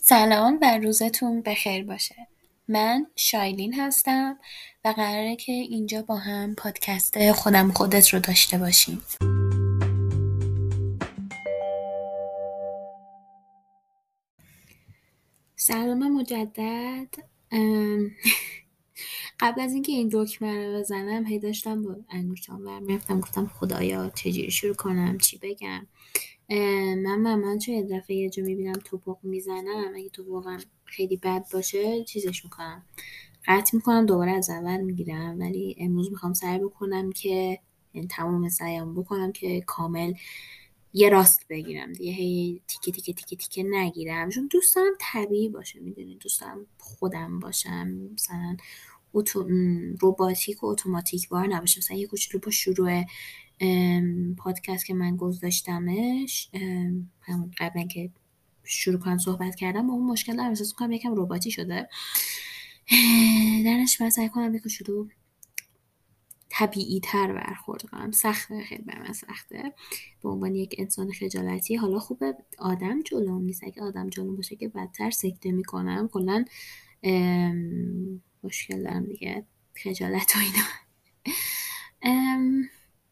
سلام و روزتون بخیر باشه. من شایلین هستم و قراره که اینجا با هم پادکست خودم خودت رو داشته باشیم. سلام مجدد. ام، قبل از اینکه این دکمه رو بزنم هی داشتم با انگشتام برمی‌رفتم، گفتم خدایا چجوری شروع کنم، چی بگم. من چون یه دفعه یه جا میبینم توپق میزنم، اگه تو واقعا خیلی بد باشه چیزش میکنم، قطع میکنم، دوباره از اول میگیرم. ولی امروز میخوام سعی بکنم که یعنی تمام سعیم بکنم که کامل یه راست بگیرم دیگه، هی تیکه تیکه تیکه تیکه نگیرم، چون دوست دارم طبیعی باشه، میدونی، دوست دارم خودم باشم، مثلا رباتیک و اتوماتیک بار نباشه. مثلا یه کوچولو با شروع پادکست که من گذاشتمش، همون قبلا که شروع کنم صحبت کردم، با اون مشکل دارم، احساس میکنم یکم رباتی شده. درنش من سعی کنم یه کوچولو طبیعی تر برخورد کنم. سخته، خیلی بر من سخته به عنوان یک انسان خجالتی. حالا خوبه آدم جلوم نیست، اگه آدم جلوم باشه که بدتر سکته میکنم، کلا مشکل دارم دیگه، خجالت و اینا. ام،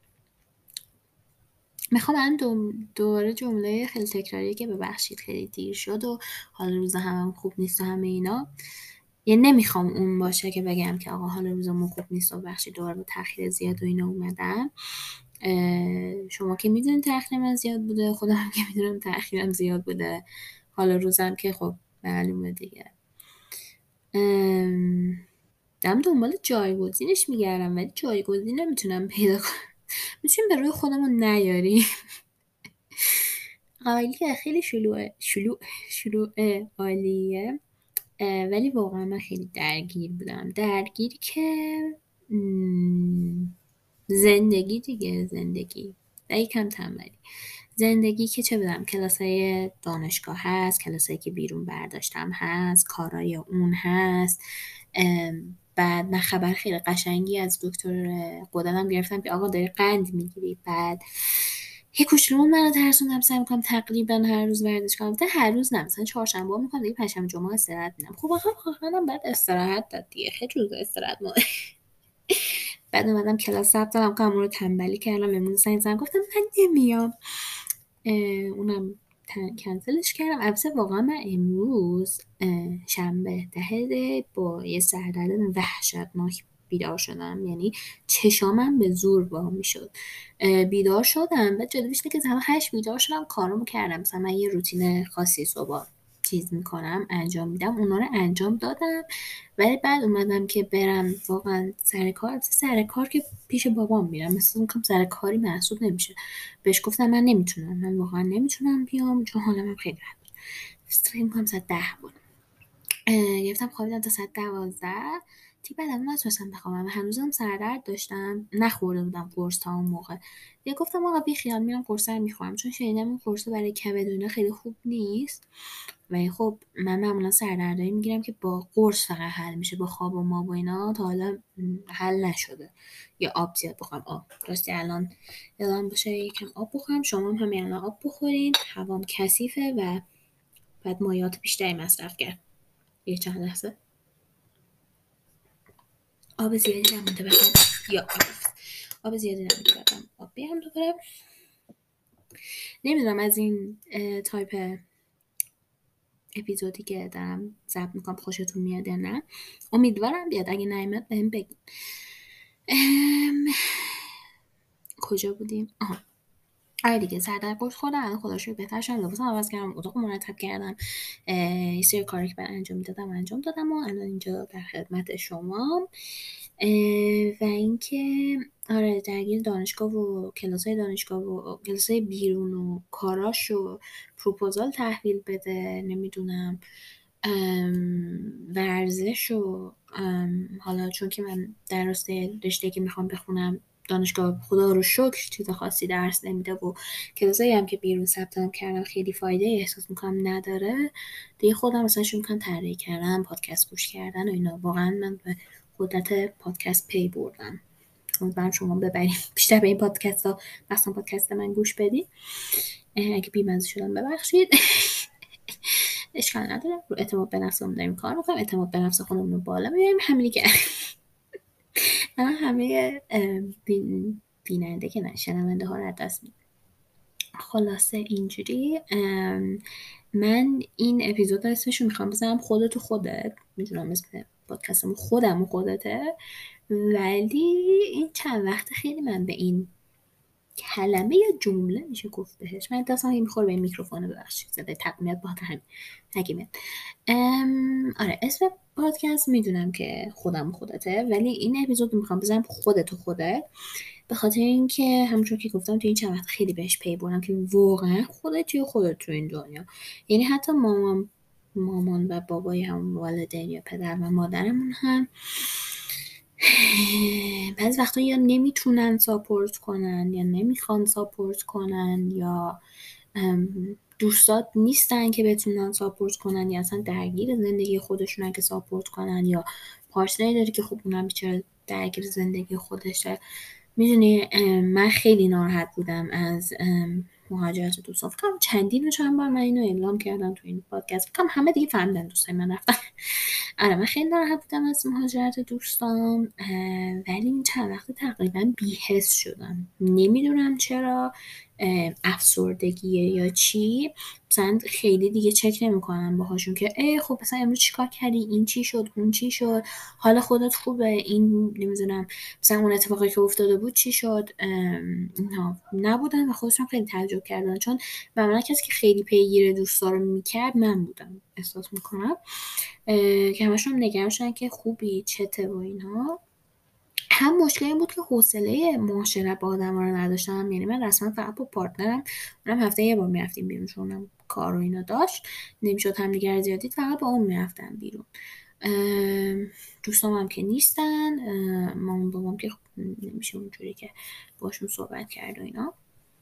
میخوام الان دوباره جمله خیلی تکراری که ببخشید خیلی دیر شد و حال روز هم خوب نیست و همه اینا، یعنی نمیخوام اون باشه که بگم که آقا حال روزمون خوب نیست و بخشید دوباره با تاخیر زیاد و اینا اومدم. شما که میدونید تاخیر من زیاد بوده، خودم هم که میدونم تاخیرم زیاد بوده، حالا روزم که خب معلومه دیگه. ام، دارم دنبال جایگزینش میگردم ولی جایگزین نمیتونم پیدا کنم. میتونیم به روی خودمون نیاریم. عالیه، خیلی شلوغه عالیه. ولی واقعا من خیلی درگیر بودم، درگیر که زندگی دیگه، زندگی و یکم تنبلی. زندگی که چه بدم، کلاسای دانشگاه هست، کلاسایی که بیرون برداشتم هست، کارای اون هست. بعد من خبر خیلی قشنگی از دکتر قدرم گرفتم که آقا داری قند میگیری. بعد یه کوچولو منو ترسوندم، سعی میکنم تقریبا هر روز ورزش کنم. تا هر روز نه، مثلا چهارشنبه میکنم دیگه، پنجشنبه جمعه استراحت میدم. خب آخه خواهرم بعد استراحت داد دیگه، خیلی روز استراحت بعد اومدم کلاس ثبت نام کنم، اون رو تنبلی کردم، امروز زنگ زدم گفتم من نمیام. اونم کنسلش کردم. البته واقعا من امروز شنبه ده با یه سردرد وحشتناک بیدار شدم، یعنی چشامم به زور وا میشد. بیدار شدم و جالبیش اینه که ساعت 8 بیدار شدم، کارامو کردم. مثلا من یه روتین خاصی صبح چیز میکنم، انجام میدم، اونا رو انجام دادم. ولی بعد اومدم که برم واقعا سر کار. سر کار که پیش بابام میرم، مثلا میگم سر کاری محسوب نمیشه. بهش گفتم من نمیتونم، من واقعا نمیتونم بیام چون حالم خیلی بد بود. فکر میکنم ساعت 10 بود. گرفتم خوابیدم تا ساعت 12 تی. بعدم نتونستم بخوابم، هنوزم سردرد داشتم، نخورده بودم قرص تا اون موقع. دیگه گفتم آقا بی خیال، میرم قرص رو میخورم، چون شنیدم این قرص برای کبد و اینا خیلی خوب نیست. و خب من معمولا سردردایی میگیرم که با قرص فقط حل میشه، با خواب و ما و اینا تا حالا حل نشده. یا آب زیاد بخورم. آب راستی الان یادم باشه یکم آب بخورم. شما هم همین الان آب بخورین، هوام کثیفه و بعد مایعات بیشتری مصرف کرد. یه چند لحظه آب زیادی نمونده بخورم، یا آب زیادی نمونده بخورم، آب بیارم دوباره. نمیدونم از این تایپ اپیزودی که دارم ضبط میکنم خوشتون میاد یا نه. امیدوارم بیاد، اگه نیامد بهم بگید. کجا بودیم؟ آها، آره دیگه، سردرد قرص خوردم، الان خدا شکر بهتر شدم، لباسم عوض کردم، اتاق مرتب کردم، یه سری کاری که بعد انجام میدادم انجام دادم و الان اینجا در خدمت شما. و اینکه آره، درگیر دانشگاه و کلاسای دانشگاه و کلاسای بیرون و کاراش و پروپوزال تحویل بده، نمیدونم، ورزش و حالا چون که من در راسته رشته که میخوام بخونم دانشگاه خدا رو شکر چیز خاصی درس نمیده و کلاسایی هم که بیرون ثبت نام کردم خیلی فایده احساس میکنم نداره دیگه. خودم مثلا شروع میکنم طراحی کردن، پادکست گوش کردن و اینا. واقعا من به قدرت پادکست پی بردم. امیدوارم شما ببریم بیشتر به این پادکست ها، مثلا پادکست من گوش بدید. اگه بی‌مزه شدم ببخشید. اشکال نداره، رو اعتماد به نفسمون داریم کار میکنیم، اعتماد به نفس خودمون رو بالا میبریم، همینی که من همه بیننده که نه شنونده ها رو از دست میدم. خلاصه اینجوری من این اپیزود اسمشو میخوام بزنم خودت و خودت، میدونم اسم پادکستمون خودم و خودته، ولی این چند وقت خیلی من به این کلمه یا جمله میشه گفت بهش، من دستم این میخوره به این میکروفون، ببخشید صدای تقویت با هم نگیمه. آره اسم پادکست میدونم که خودم و خودته، ولی این اپیزود میخوام بزنم خودت و خودت، به خاطر اینکه همونجور که گفتم تو این چند وقت خیلی بهش پی بردم که واقعا خودتی و خودت تو این دنیا، یعنی حتی مامان و بابای هم والدین یا پدر و مادرمون هم بعضی وقتا یا نمیتونن ساپورت کنن یا نمیخوان ساپورت کنن یا دوستات نیستن که بتونن ساپورت کنن یا اصلا درگیر زندگی خودشون که ساپورت کنن، یا پارتنری داری که خب اونم بیچاره درگیر زندگی خودشه. میدونی من خیلی ناراحت بودم از مهاجرت دوستان، فکرم چند بار من اینو اعلام کردم تو این پادکست، فکرم همه دیگه فهمیدن دوستای من رفتن. آره من خیلی ناراحت بودم از مهاجرت دوستان، ولی این چند وقت تقریبا بی‌حس شدم، نمیدونم چرا، افسردگیه یا چی، مثلا خیلی دیگه چک نمیکنم باهاشون که خب مثلا امروز چیکار کردی، این چی شد، اون چی شد، حال خودت خوبه، این نمیدونم مثلا اون اتفاقی که افتاده بود چی شد، اینا نبودن و خودشون خیلی تعجب کردن، چون معمولا کسی که خیلی پیگیر دوستا رو میکرد من بودم احساس میکنم، که همشون نگران شدن که خوبی چته و اینها. هم مشکل این بود که حوصله معاشرت با آدم رو نداشتم، یعنی من رسما فقط با پارتنرم، اونم هفته یه بار میرفتیم بیرون چون اونم کار و اینا داشت، نمیشد هم دیگر زیاد دید، فقط با اون میرفتم بیرون. دوستام هم که نیستن، مامان بابام که نمیشه اونجوری که باشون صحبت کرد و اینا.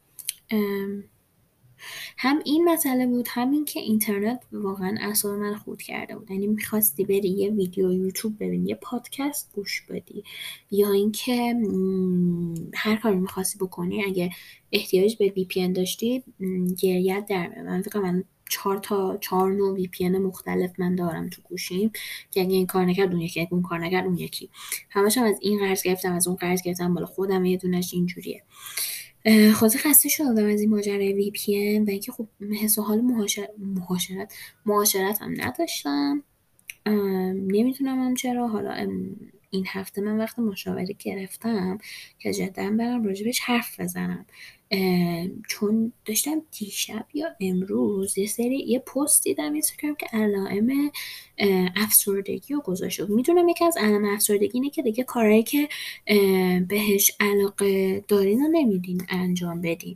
هم این مسئله بود، همین که اینترنت واقعا اعصاب من خورد کرده بود، یعنی میخواستی بری یه ویدیو یوتیوب ببینی، یه پادکست گوش بدی، یا اینکه هر کاری میخواستی بکنی اگه احتیاج به وی پی ان داشتی گریت در میاد. من فکر کنم من 4 نوع وی پی ان مختلف من دارم تو گوشیم که اگه این کار نکرد اون یکی، اگه اون کار نکرد اون یکی، همشم از این قرض گرفتم از اون قرض گرفتم، بالا خودم یه دونش اینجوریه. خلاصه خسته شدم از این ماجرای وی پی ان و اینکه خب حس و حال معاشرت هم نداشتم. نمیتونم هم چرا، حالا این هفته من وقت مشاوره گرفتم که جدا برم راجبش حرف بزنم، چون داشتم دیشب یا امروز یه پست دیدم اینستاگرام که علائم افسردگی رو گذاشته بود. میدونم یکی از علائم افسردگی اینه که دیگه کارهایی که بهش علاقه دارین رو نمیدین انجام بدین،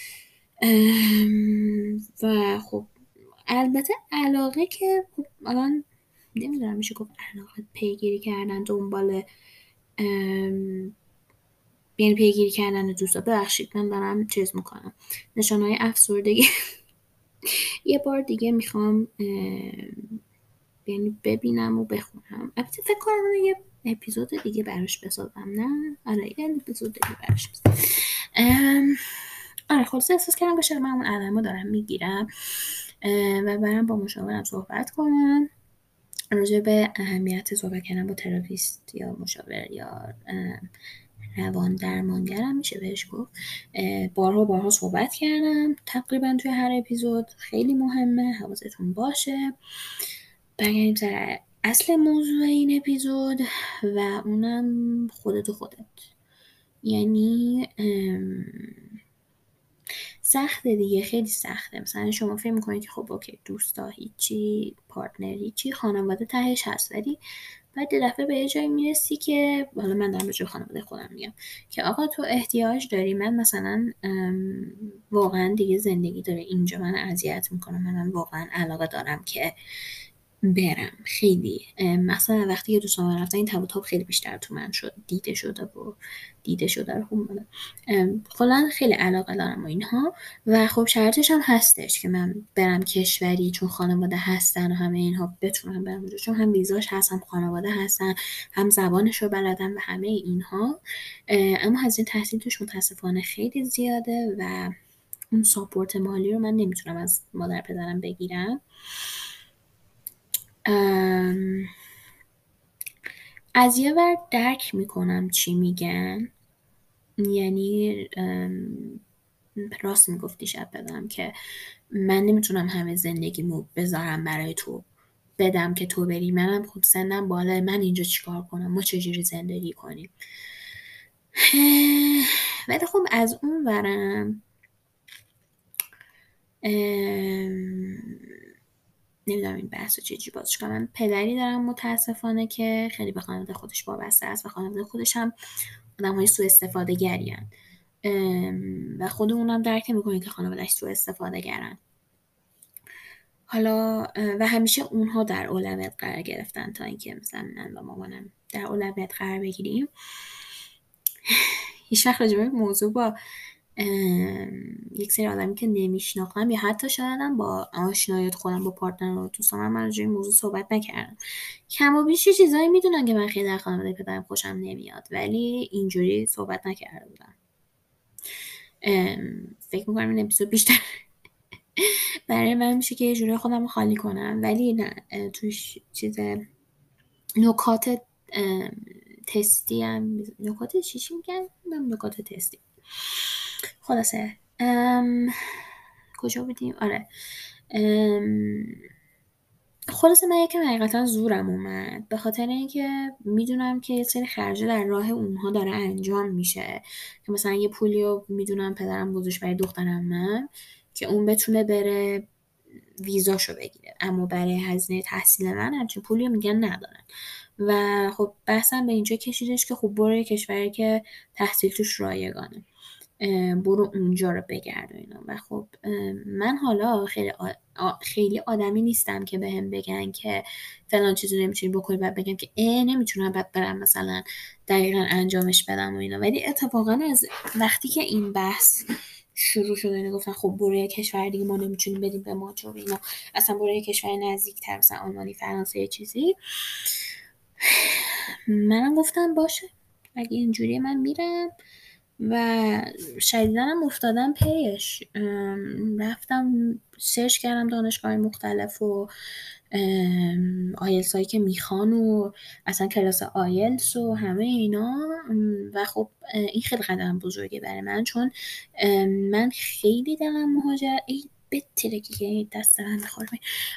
و خب البته علاقه که خب الان نمیدونم میشه گفت علاقه پیگیری کردن دنبال یعنی پیگیری کردن دوستا، ببخشید من دارم چیز میکنم نشانهای افسردگی یه بار دیگه میخوام یعنی ببینم و بخونم، البته فکر کنم یه اپیزود دیگه براش بسازم، نه آره یه اپیزود دیگه براش بسازم. آره خلاصه احساس کردم که من اون علائمو دارم میگیرم و برم با مشاورم صحبت کنم راجع به اهمیت صحبت کردن با تراپیست یا مشاور یا روان درمانگرم میشه بهش گفت. بارها صحبت کردم تقریبا توی هر اپیزود، خیلی مهمه حواستون باشه. برگردیم سر اصل موضوع این اپیزود و اونم خودت و خودت. یعنی سخته دیگه، خیلی سخته. مثلا شما فکر میکنید که خب اوکی دوستا هیچی، پارتنر هیچی، خانواده تهش هست، ولی بعد یه دفعه به یه جایی میرسی که حالا من دارم به جای خانواده خودم میگم که آقا تو احتیاج داری، من مثلا واقعا دیگه زندگی داره اینجا من اذیت میکنم، من واقعا علاقه دارم که برم. خیلی مثلا وقتی که دوستان من رفتن این تب و تاب خیلی بیشتر تو من شد، دیده شده رو خوب مونه. کلا خیلی علاقه دارم و اینها، و خب شرطش هم هستش که من برم کشوری چون خانواده هستن و همه اینها بتونم برم اونجا، چون هم ویزاش هست هم خانواده هستن هم زبانش رو بلدم و همه اینها. اما هزینه تحصیل توش متاسفانه خیلی زیاده و اون ساپورت مالی رو من نمیتونم از مادر پدرم بگیرم. از یه ور درک میکنم چی میگن، یعنی راست میگفتی شب بدم که من نمیتونم همه زندگیمو بذارم برای تو، بدم که تو بری، منم خود سنم بالاه، من اینجا چیکار کنم، ما چجوری زندگی کنیم. ولی خب از اون ورم نمیدونم این بحث رو چجوری بازش کنم. من پدری دارم متاسفانه که خیلی به خانواده خودش وابسته است و خانواده خودش هم آدم های سوء استفاده گرین و خود اونم درک نمی‌کنه که خانواده‌اش سوء استفاده گرن. حالا و همیشه اونها در اولویت قرار گرفتن تا اینکه مثلا من و مامانم در اولویت قرار بگیریم. هیچ وقت راجع به این موضوع با یک سری آدمی که نمیشناختم یا حتی شایدم با آشنایات خودم با پارتنر و دوستام من راجع به این موضوع صحبت نکردم. کم و بیش یه چیزایی میدونن که من خیلی در خانواده پدرم خوشم نمیاد، ولی اینجوری صحبت نکرده بودم. فکر میکنم این اپیزود بیشتر برای من میشه که یه جوری خودم رو خالی کنم، ولی نه توش چیز نکات تستی هم نکات چیشی میگن نکات تستی. خلاصه کجا بودیم؟ آره خلاصه من یکم حقیقتا زورم اومد به خاطر اینکه میدونم که یه سری خرجه در راه اونها داره انجام میشه که مثلا یه پولی رو میدونم پدرم گذاشت برای دخترم من که اون بتونه بره ویزاشو بگیره، اما برای هزینه تحصیل من همچین پولی رو میگن ندارن و خب بحثم به اینجا کشیدش که خب برو یه کشوری که تحصیل توش رایگانه، برو اونجا رو بگرد و اینا. و خب من حالا خیلی آدمی نیستم که بهم بگن که فلان چیزو نمیتونی بکنی بعد بگم که نمیتونم بعد برم مثلا دقیقا انجامش بدم و اینا. ولی اتفاقا از وقتی که این بحث شروع شده اینو گفتن خب برو یه کشور دیگه ما نمیتونیم بدیم به ما و اینا، اصلا برو یه کشور نزدیک‌تر مثلا آلمانی فرانسه یه چیزی، منم گفتم باشه اگه اینجوری من میرم و شدیداً هم افتادم پیش. رفتم سرچ کردم دانشگاه مختلف و آیلتس هایی که میخوان و اصلا کلاس آیلتس و همه اینا و خب این خیلی قدم بزرگی برای من، چون من خیلی دلم مهاجرت به ترکی که دست من میخوره،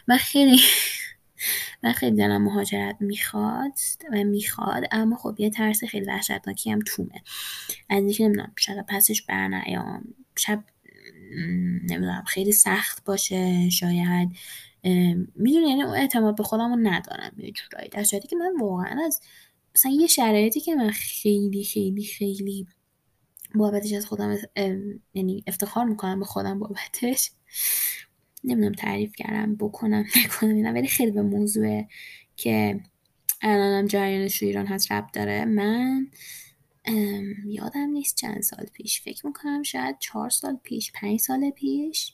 من خیلی دلم مهاجرت میخواد اما خب یه ترس خیلی وحشتناکی هم تومه از اینکه نمیدونم شاید پسش برنیام، شاید نمیدونم خیلی سخت باشه، شاید میدونی یعنی اون اعتماد به خودم رو ندارم یه جورایی، در صورتی که من واقعا از مثلا یه شرایطی که من خیلی خیلی خیلی بابتش از خودم یعنی افتخار میکنم به خودم بابتش، نمیدونم تعریف کردم بکنم نکنم اینا، ولی خیلی به موضوع که الانم جریانش تو ایران هست ربط داره. من یادم نیست چند سال پیش، فکر میکنم شاید 4 سال پیش 5 سال پیش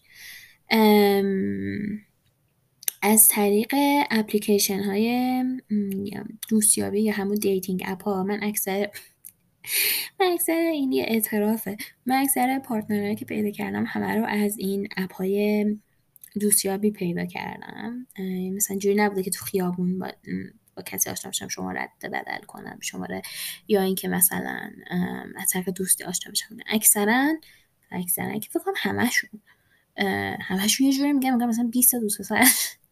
از طریق اپلیکیشن های دوستیابی یا همون دیتینگ اپ ها من اکثر این یه اعترافه، من اکثر پارتنرهایی که پیدا کردم همه رو از این اپ های دوستیابی پیدا کردم. مثلا جوری نبوده که تو خیابون با کسی آشنا بشم شماره رد بدل کنم شماره، یا اینکه مثلا از طریق دوستی آشنا بشم. اکثرا که فکر کنم همشون یه جوری میگم مثلا 20 تا دوست پسر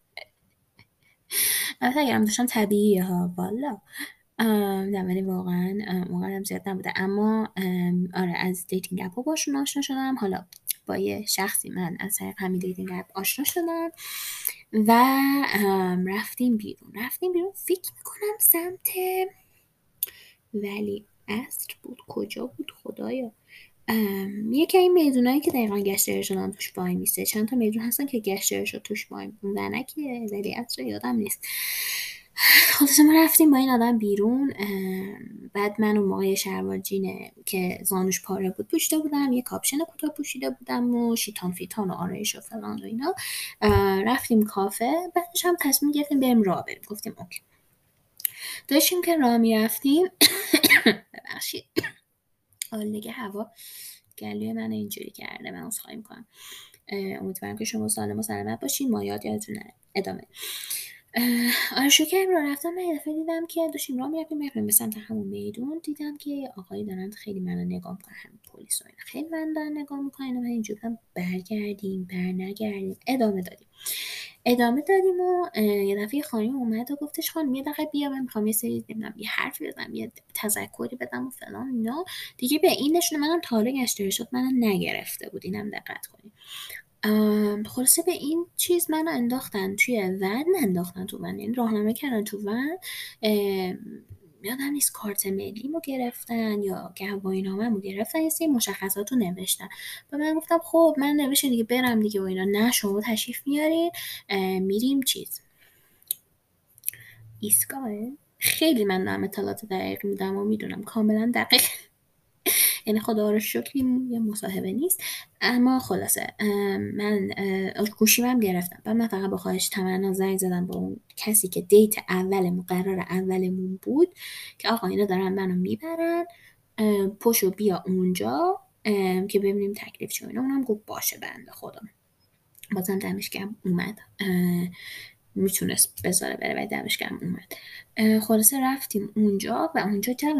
البته اگرم داشتم طبیعیه ها والا نه، ولی واقعا هم زیاد نبوده. اما آره از دیتینگ اپ باشون آشنا شدم. حالا با یه شخصی من از طریق همین دیتینگ اپ آشنا شدم و رفتیم بیرون فکر میکنم سمت ولی عصر بود، کجا بود خدایا، یکی این میدونایی که دقیقا گشت ارشادان توش وای میسته، چند تا میدون هستن که گشت ارشاد توش وای ونکیه ولی عصر یادم نیست. خلاصه ما رفتیم با این آدم بیرون، بعد من اون موقع شلوار جینه که زانوش پاره بود پوشیده بودم، یه کاپشن کوتاه پوشیده بودم و شیطان فیتان و آرایش و فلان و اینا. رفتیم کافه، بعدش هم تصمیم گرفتیم بریم راه بریم، گفتیم اوکی. داشتیم که راه میرفتیم ببخشید آلگه هوا گلوی من اینجوری کرده، من عذرخواهی میکنم. امیدوارم که شما سالم و سلامت باشین، مایات یادتون نره. ادامه آره شروع کردیم راه رفتن. من یه دفعه دیدم که داشتیم راه میرفتیم به سمت همون میدون، دیدم که آقایی دارن خیلی منو نگاه میکنن، همین پلیس و اینا خیلی من دارن نگاه میکنن و من اینجوری بودم برگردیم نگردیم. ادامه دادیم و یه دفعه خانم اومد و گفتش خانم یه دقیقه بیا، من میخوام یه سری نمیدونم یه حرفی بزنم، یه تذکری بدم و فلان اینا. دیگه به این نشونه منم تا حالا گشتری شد منو نگرفته بود، اینم دقت کنیم. خلاصه به این چیز منو انداختن توی ون، انداختن تو ون یعنی راهنمایی کردن تو ون. ام، یادم نیست کارت ملیمو گرفتن یا گواهینامه‌مو گرفتن، یه سری مشخصاتو نوشتن و من گفتم خب من نوشته دیگه برم دیگه و اینا. نه شما تشریف میارین میریم چیز ایستگاهه. خیلی من دارم اطلاعات دقیق میدم و میدونم کاملا دقیق، یعنی خدا رو شکر این یه مصاحبه نیست. اما خلاصه من گوشیمم هم گرفتم و من فقط با خواهش تمنا زنگ زدم با اون کسی که دیت اولمون قرار اولمون بود که آقا اینا دارن منو میبرن، پشو بیا اونجا که ببینیم تکلیف چه. اینا اونم گفت باشه بنده خدا. بازم دمش گرم اومد، میتونست بذاره بره ولی دمش گرم اومد. خلاصه رفتیم اونجا و اونجا جو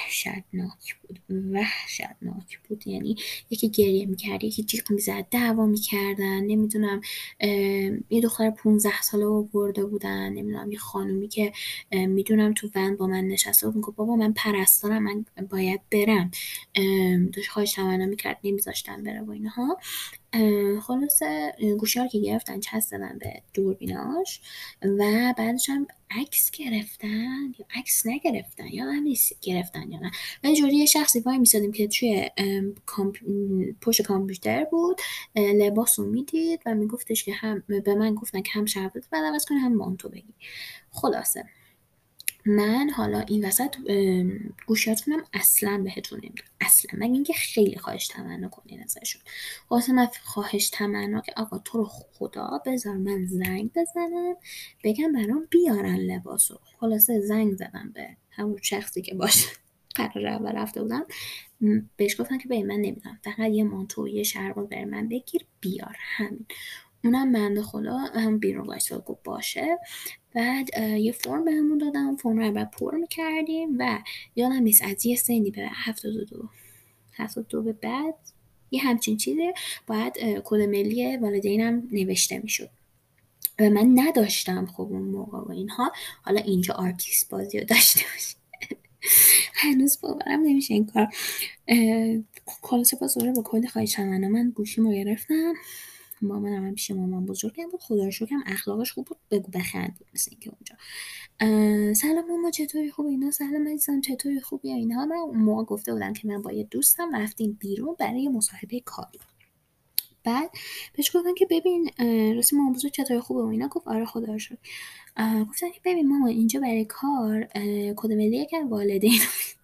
وحشتناک بود. یعنی یکی گریه میکرد، یکی جیغ میزد، دعوا میکردن، نمیدونم یه دختر 15 ساله رو برده بودن، نمیدونم یه خانومی که میدونم تو ون با من نشسته بود میگفت بابا من پرستارم من باید برم، داشت خواهش تمنا میکرد نمیذاشتن بره و اینها. خلاصه گوشی رو که گرفتن چسب دادن به دوربیناش و بعدش هم عکس گرفتن یا عکس نگرفتن یادم نیست گرفتن یا نه. و جوری یه شخصی وای میسادیم که توی پشت کامپیوتر بود، لباس رو میدید و میگفتش که هم به من گفتن که هم شربت بعد عوض کنی هم مانتو بگی. خلاصه من حالا این وسط گوشیاتونم اصلا بهتون نمیدم اصلا، مگه اینکه خیلی خواهش تمنا کنین ازشون. واسه من خواهش تمنا که آقا تو رو خدا بذار من زنگ بزنم بگم برام بیارن لباسو. خلاصه زنگ زدم به همون شخصی که باشه قرار اول رفته بودم، بهش گفتم که ببین من نمیدونم فقط یه مانتو یه شلوار برای من بگیر بیار همین. اونم بنده خدا هم بیرون وایساد گفت باشه. بعد یه فرم بهمون دادم، فرم رو بعد پر میکردیم و یادم نیست از یه سنی به 72 به بعد یه همچین چیزه باید کد ملی والدینم نوشته میشد و من نداشتم خب اون موقع و اینها. حالا اینجا آرتیست بازی رو داشته باشیم هنوز باورم نمیشه این کار. خلاصه بازاره با کلی خواهی چمنه من گوشیمو گرفتم. مامانم هم پیش مامان بزرگم بود، خدا رو شکر هم اخلاقش خوب بود، بگو بخند بود مثل اینکه اونجا سلام ماما چطوری خوبی اینا، سلام عزیزم چطوری خوبی اینها. من اون موقع گفته بودم که من با یه دوستم رفتیم بیرون برای مصاحبه کاری. بعد بهش گفتن که ببین راستی مامان بزرگ چطوری خوبه و اینا، گفت آره خدا رو شکر. گفتن که ببین ماما اینجا برای کار کد ملی یکم والدین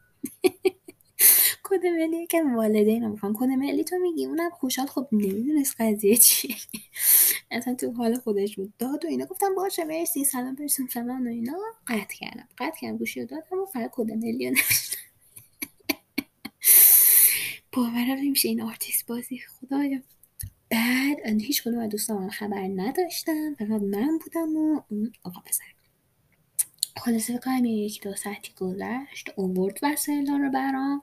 کد ملی یکم والدین رو میخوان. کد ملی تو میگی اونم خوشحال خب نمیدونست قضیه چیه اصلا تو حال خودش بود داد و اینا. گفتم باشه مرسی سلام برسون فلان و اینا. قطع کردم گوشی رو دادم و فقط کد ملی رو نوشتم. باورم نمیشه این آرتیست بازی خدایا. بعد هیچ کدوم از دوستام خبر نداشتن، فقط من بودم و اون آقا پسر. خلاصه بکنم یک دو ساعتی گذشت اوورد وسایلان رو برام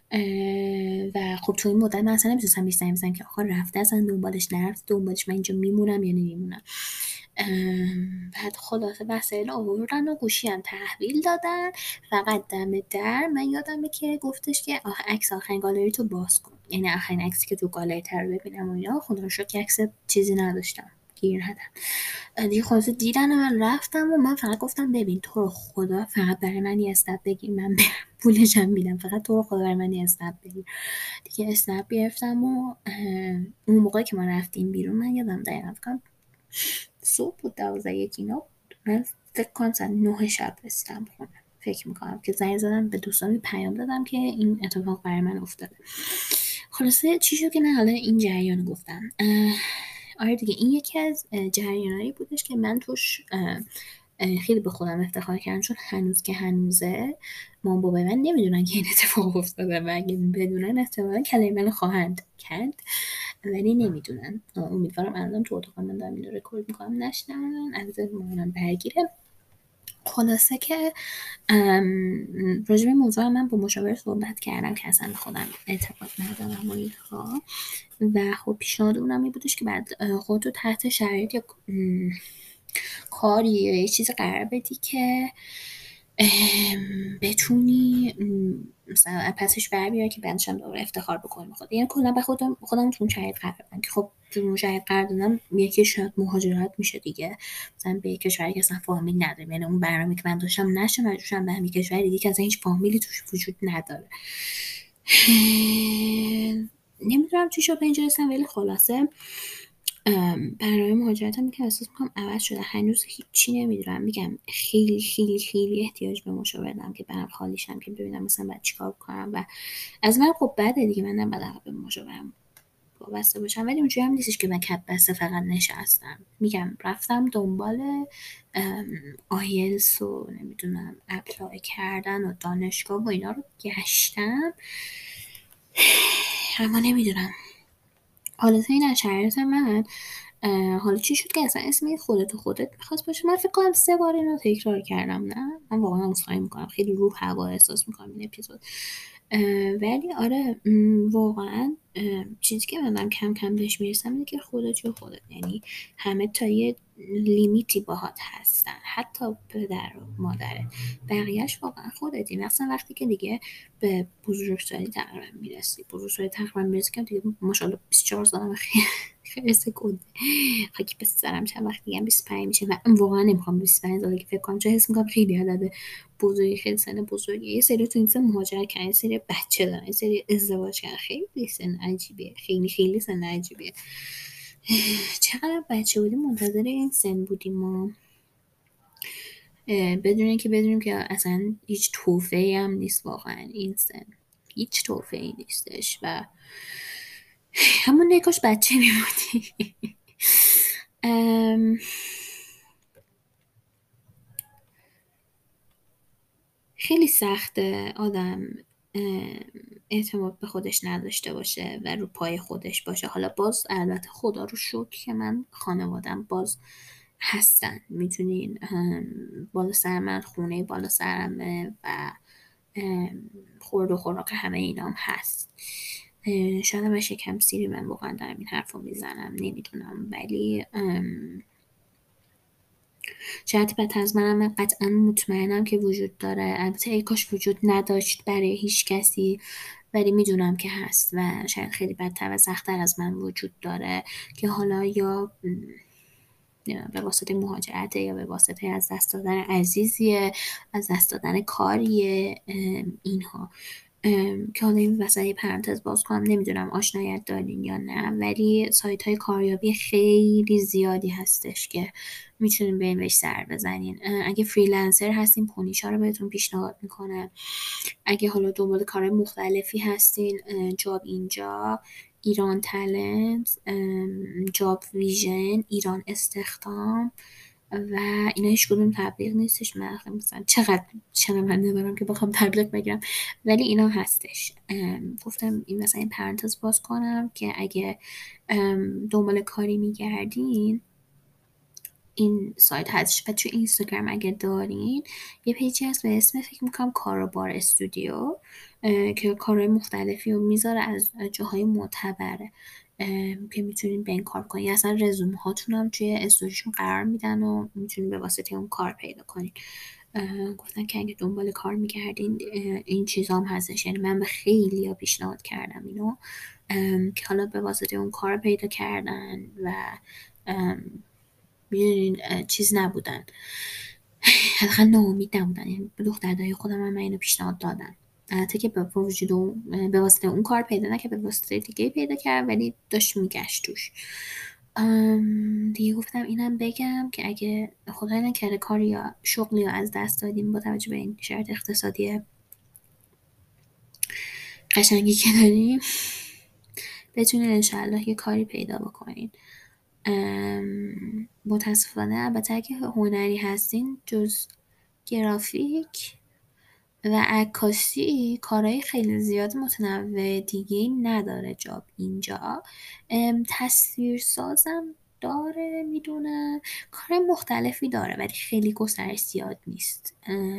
و خب تو این مدت من اصلا نمیتونستم بیشتر بزنم که آقا رفته اصلا دنبالش نرفت دنبالش من اینجا میمونم یا نمیمونم. بعد خلاصه وسایل آوردن و گوشی هم تحویل دادن. فقط دم در من یادمه که گفتش که عکس آخرین گالری تو باز کن، یعنی آخرین عکسی که تو گالری رو ببینم و اینا. خدا رو شکر عکس چیزی نداشتم گیر ندم دیگه. خلاصه دیدن من رفتم و من فقط گفتم ببین تو رو خدا فقط برای من یه اسنپ بگیر من برم پولشم میدم، فقط تو رو خدا برای من یه اسنپ بگیر. دیگه اسنپ گرفتم و اون موقعی که ما رفتیم بیرون من یادم دقیقا فکرم صبح بود 12 اینا بود. من فکر کنم ساعت 9 شب رسیدم خونه. فکر میکنم که زنگ زدم به دوستامی پیام دادم که این اتفاق برای من افتاده. خلاصه چی شد که من حالا این جریان گفتم. آره دیگه این یکی از جریانایی بودش که من توش خیلی به خودم افتخار کردم، چون هنوز که هنوزه مام بابای من نمیدونن که این اتفاق افتاده و اگه بدونن احتمالا کلمه منو خواهند کرد ولی نمیدونن. امیدوارم الان تو اتاق من دارم اینو رکورد میکنم نشنن، البته مامانم برگیره. خلاصه که راجع به موضوع من با مشاور صحبت کردم که اصلا به خودم اعتقاد ندارم و اینها، و خب پیشنهاد اونم این بودش که بعد خودتو تحت شرایط یا کاری یا یه چیز قرار بدی که بتونی مثلا پسش بر بیاری که بعدش هم دوباره افتخار بکنی بخواد. یعنی کلا به خودم تو اون شرایط قرار بدم که خب تو اون شرایط قرار دادم یکی شاید مهاجرت میشه دیگه، مثلا به یک کشوری که اصلا فامیل نداره، یعنی اون برنامه که من داشتم نشه مجبورشم به همین کشوری دیگه که اصلا هیچ فامیلی توش وجود نداره. نمیدونم چی شد به اینجا رسیدم، ولی خلاصه برنامه مهاجرتم که احساس میکنم عوض شده. هنوز هیچی نمیدونم، میگم خیلی خیلی خیلی احتیاج به مشاوره دارم که برم خالیشم که ببینم مثلا باید چیکار کنم. و از من خب بده دیگه، من نباید به مشاورم وابسته باشم، ولی اونجوری هم نیستش که من کت بسته فقط نشستم. میگم رفتم دنبال آیلتس و نمیدونم اپلای کردن و دانشگاه و اینا رو گشتم، اما نمیدونم حالا این از شرایط من حالا چی شد که اصلا اسم خودت میخواست باشه. من فکر کنم 3 بار اینو تکرار کردم. نه من واقعا عذرخواهی میکنم، خیلی رو هوا احساس میکنم این اپیزود. ولی آره واقعا چیزی که منم کم کم بهش میرسم اینه که خودت، یعنی همه تا یه لیمیتی باهات هستن، حتی پدر و مادرت، بقیهش واقعا خودتی. مثلا وقتی که دیگه به بزرگسالی تقریبا میرسی، تقریبا میرسی که دیگه ماشاءالله 24 سالم، خیلی سکوت خاکی به سرم چند وقت دیگه 25 میشه و واقعا نمیخوام 25 ساله که فکر کنم، چون حس میکنم خیلی عدد بزرگی، خیلی سن بزرگی. یه سری تو این سن مهاجرت کردن، یه سری بچه دارن، یه سری ازدواج کردن، خیلی سن عجیبیه، خیلی خیلی سن عجیبیه. چقدر بچه بودیم منتظر این سن بودیم ما، بدون اینکه بدونیم که اصلا هیچ توفیقی هم نیست واقعا این سن، هیچ توفیقی نیستش. و همون نکاش بچه میمونی. خیلی سخته آدم اعتماد به خودش نداشته باشه و رو پای خودش باشه. حالا باز البته خدا رو شکر که من خانوادم باز هستن، میتونین بالا سر من خونه بالا سرمه و خورد و خوراک همه اینام هست. شاید هم شکم سیری من واقعا دارم این حرف رو میزنم، نمیدونم، ولی شاید بهتر از منم قطعا مطمئنم که وجود داره. البته ای کاش وجود نداشت برای هیچ کسی، ولی میدونم که هست و شاید خیلی بدتر و سخت‌تر از من وجود داره که حالا یا به واسطه مهاجرت یا به واسطه از دست دادن عزیزیه، از دست دادن کاریه، اینها. که حالا این وسط پرانتز باز کنم، نمیدونم آشنایت دارین یا نه، ولی سایت های کاریابی خیلی زیادی هستش که میتونین برین بهش سر بزنین. اگه فریلنسر هستین پونیشا رو بهتون پیشنهاد میکنه. اگه حالا دنبال کارهای مختلفی هستین، جاب اینجا، ایران تالنت، جاب ویژن، ایران استخدام و اینا هیچ کدوم تبلیغ نیستش. من مثلا چقدر شنونده دارم که بخوام تبلیغ بگیرم، ولی اینا هستش. گفتم این مثلا این پرانتز باز کنم که اگه دنبال کاری میگردین این سایت هستش. و توی اینستاگرام اگه دارین یه پیجی هست به اسم فکر میکنم کاروبار استودیو که کارهای مختلفی رو میذاره از جاهای معتبره که میتونین به این کار کنین. اصلا رزومه هاتون هم توی استوریشون قرار میدن و میتونین به واسطه اون کار پیدا کنین. گفتن که اگه دنبال کار میگردین این چیزا هم هستش. یعنی من به خیلی ها پیشنهاد کردم اینو که حالا به واسطه اون کار پیدا کردن و میدونین چیز نبودن، حداقل ناامید نبودن. یعنی به دخترای خودم هم من اینو پیشنهاد دادم، البته که به واسطه اون کار پیدا نکرد، به واسطه دیگه پیدا کرد، ولی داشت میگشت توش. دیگه گفتم اینم بگم که اگه خدای نکرده کاری یا شغلی یا از دست دادیم با توجه به این شرایط اقتصادی قشنگی که داریم، بتونین انشالله یه کاری پیدا بکنین. متاسفانه البته اگه هنری هستین جز گرافیک و عکاسی کارهای خیلی زیاد متنوع دیگه نداره جاب اینجا. تصویر سازم داره، میدونم کار مختلفی داره ولی خیلی گسترش زیاد نیست.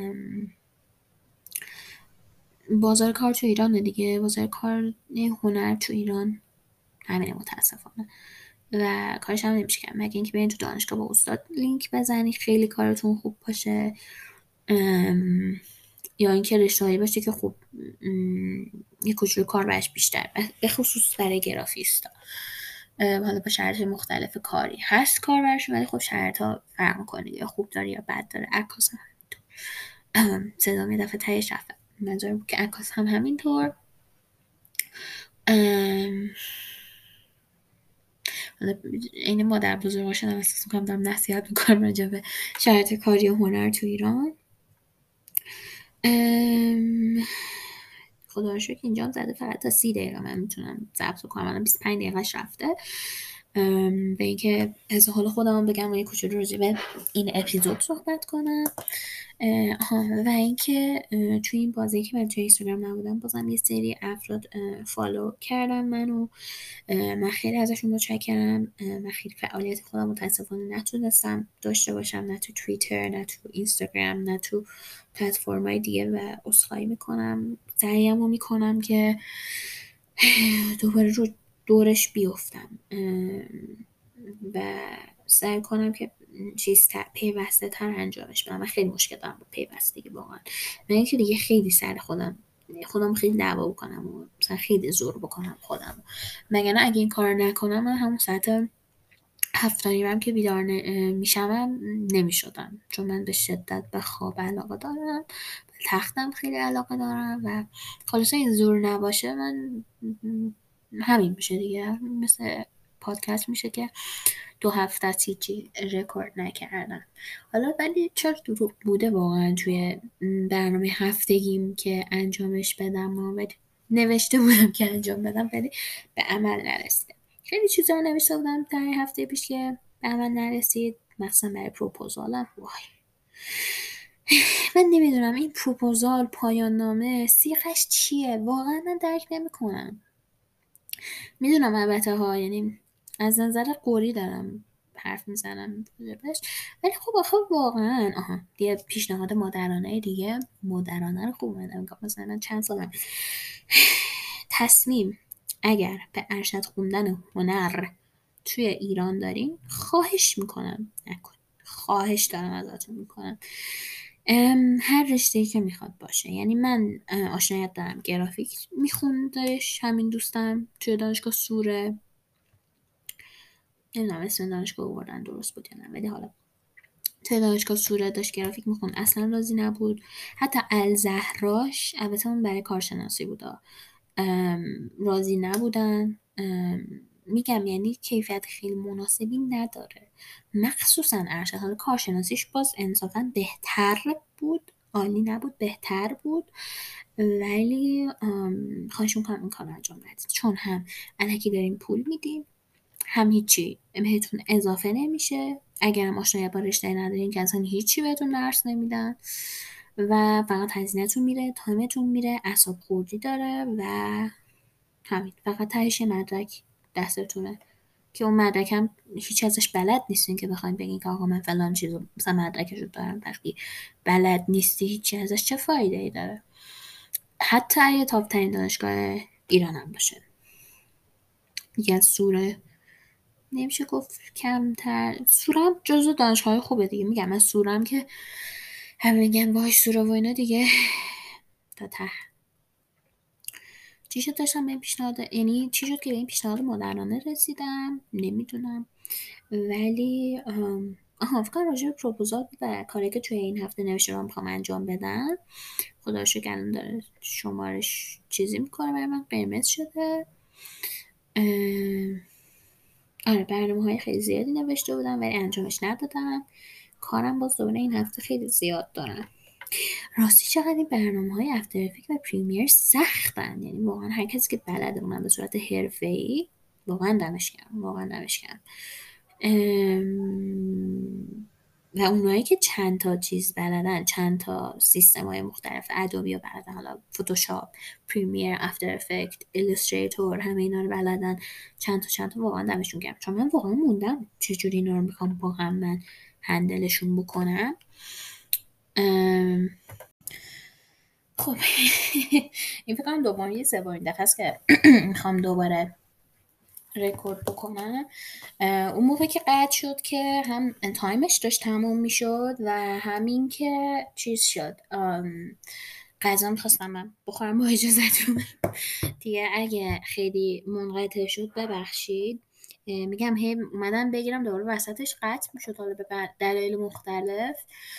بازار کار تو ایران دیگه، بازار کار هنر تو ایران همینه متاسفانه و کارش هم نمیشه کرد مگه اینکه برین تو دانشگاه با استاد لینک بزنی خیلی کارتون خوب باشه، یا اینکه رشته‌هایی باشه که خب یه کوچولو کار برش بیشتر، به خصوص برای گرافیستا. حالا با شرایط مختلف کاری هست کار برش، ولی خب شرایط‌ها فرق می‌کنه یا خوب داره یا بد داره. عکاس هم همینطور. صدام یه دفعه تهش رفت. منظورم که عکاس هم همینطور. حالا این مادر بزرگاشون هم احساس می‌کنم دارم نصیحت می‌کنم راجع به شرایط کاری و هنر تو ایران. خدا رو شکر اینجا زده فقط تا 30 دقیقه من میتونم ضبط کنم، الان 25 دقیقهش رفته. به اینکه از حال خودم بگم و یه کوچولو راجع به این اپیزود صحبت کنم. و اینکه توی این بازی که من توی اینستاگرام نبودم بازم یه سری افراد فالو کردم منو، من خیلی ازشون متشکرم. من خیلی فعالیت خودم متاسفانه نتونستم داشته باشم، نه تو توییتر نه تو اینستاگرام نه تو پلتفرم‌های دیگه و عذرخواهی میکنم. سعیمو میکنم که دوباره رو دورش بیفتم و سعی کنم که پیوسته تر انجامش بدم. من خیلی مشکل دارم با پیوستگی واقعا، من اینکه دیگه خیلی سر خودم خیلی دعوا بکنم و مثلا خیلی زور بکنم خودم، مگر نه اگه این کار نکنم من همون ساعت 7:30 که بیدار میشم نمیشدم، چون من به شدت به خواب علاقه دارم، به تختم خیلی علاقه دارم و خلاصه این زور نباشه من همین میشه دیگه، مثل پادکست میشه که 2 هفته است هیچی رکورد نکردم. حالا ولی چرا دروغ بوده واقعا توی برنامه هفتگیم که انجامش بدم ولی نوشته بودم که انجام بدم ولی به عمل نرسیده. خیلی چیزا رو نوشته بودم در این هفته پیش که به عمل نرسید، مثلا برای پروپوزالم. وای من نمیدونم این پروپوزال پایان نامه سیغش چیه واقعا من درک نمیکنم. میدونم البته ها، یعنی از نظر قوری دارم حرف میزنم بهش، ولی خب آخه واقعا دیگه پیشنهاد مادرانه دیگه، مادرانه رو خوب اومدم مثلا چند سالم تصمیم اگر به ارشد خوندن هنر توی ایران دارین خواهش میکنم نکن، خواهش دارم ازتون میکنم. هر رشته‌ای که میخواد باشه، یعنی من آشنایت دارم گرافیک میخوندش همین دوستم توی دانشگاه سوره، نمیدونم اسم دانشگاه آوردن درست بود یا نه، ولی حالا توی دانشگاه سوره داشت گرافیک میخوند اصلا راضی نبود. حتی الزهراش البته اون برای کارشناسی بودا راضی نبودن. میگم یعنی کیفیت خیلی مناسبی نداره، مخصوصا ارشد. حالا کارشناسیش باز انصافا بهتر بود، عالی نبود بهتر بود، ولی خواهش میکنم این کار انجام ندید، چون هم الکی داریم پول میدیم هم هیچی بهتون اضافه نمیشه، اگرم آشنایی با رشته ندارین که اصلا هیچی بهتون درس نمیدن و فقط هزینه‌تون میره، تایمتون میره، اعصاب خوردی داره و همین. فقط تهش مدرک دستتونه که اون مدرک هم هیچ ازش بلد نیستین که بخواین بگین که آقا من فلان چیزو مثلا مدرکشو دارم، وقتی بلد نیستی هیچی ازش چه فایده ای داره، حتی اگه تاپ ترین دانشگاه ایران هم باشه. یکی از سوره نمیشه گفت کمتر، سورم جزو دانشگاه خوبه دیگه، میگم من سورم که همه میگن وای سوره و اینا دیگه تا ته. چی شد داشتم به این پیشنهاد، یعنی چی شد که به این پیشنهاد مادرانه رسیدم نمیدونم، ولی فکر راجع به پروپوزال بود و کاری که توی این هفته نوشته رو میخوام انجام بدم. خدا رو شکر الان داره شمارش چیزی میکنه برای من قرمز شده. آره برنامه‌های خیلی زیادی نوشته بودم ولی انجامش ندادم، کارم باز دوباره این هفته خیلی زیاد دارم. راستی چقدر این برنامه‌های افتر افکت و پریمیر سختن، یعنی واقعا هر کسی که بلده اونم به صورت حرفه‌ای واقعا دمش گرم، واقعا دمش گرم. و اونایی که چند تا چیز بلدن، چند تا سیستم های مختلف ادوبی رو بلدن، حالا فتوشاپ، پریمیر، افتر افکت، ایلوستریتور، همه اینا رو بلدن، چند تا واقعا دمشون گرم. چون من واقعا موندم چجوری اینا رو میخوام با هم من هندلشون بکنم. خب این فکر کنم دوباره سومین دفعه است که میخوام دوباره رکورد بکنم. اون موقع که قطع شد که هم تایمش داشت تموم میشد و همین که چیز شد، غذا میخواستم من بخورم با اجازهتون دیگه. اگه خیلی منقطع شد ببخشید. میگم هی اومدم بگیرم دوباره وسطش قطع میشد، حالا به دلایل مختلف.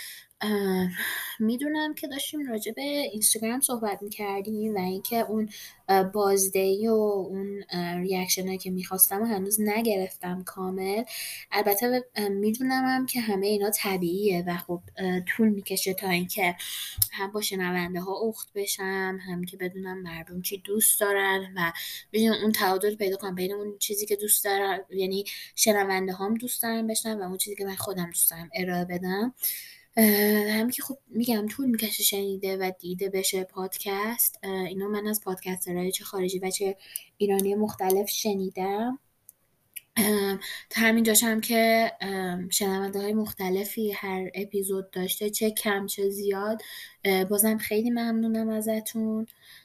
میدونم که داشتیم راجع به اینستاگرام صحبت میکردیم و اینکه اون بازدهی و اون ریاکشن هایی که میخواستم و هنوز نگرفتم کامل. البته میدونم هم که همه اینا طبیعیه و خب طول میکشه تا اینکه هم با شنونده ها اخت بشم، هم که بدونم مردم چی دوست دارن و ببینم اون تعادل پیدا کنم بین اون چیزی که دوست دارم، یعنی شنونده هام دوست دارم بشنم، و اون چیزی که من خودم دوست دارم ارائه بدم. همین که خب میگم طول میکشه شنیده و دیده بشه پادکست. اینا من از پادکسترهای چه خارجی و چه ایرانی مختلف شنیدم. تا همین جاشم که شنونده های مختلفی هر اپیزود داشته، چه کم چه زیاد. بازم خیلی ممنونم ازتون.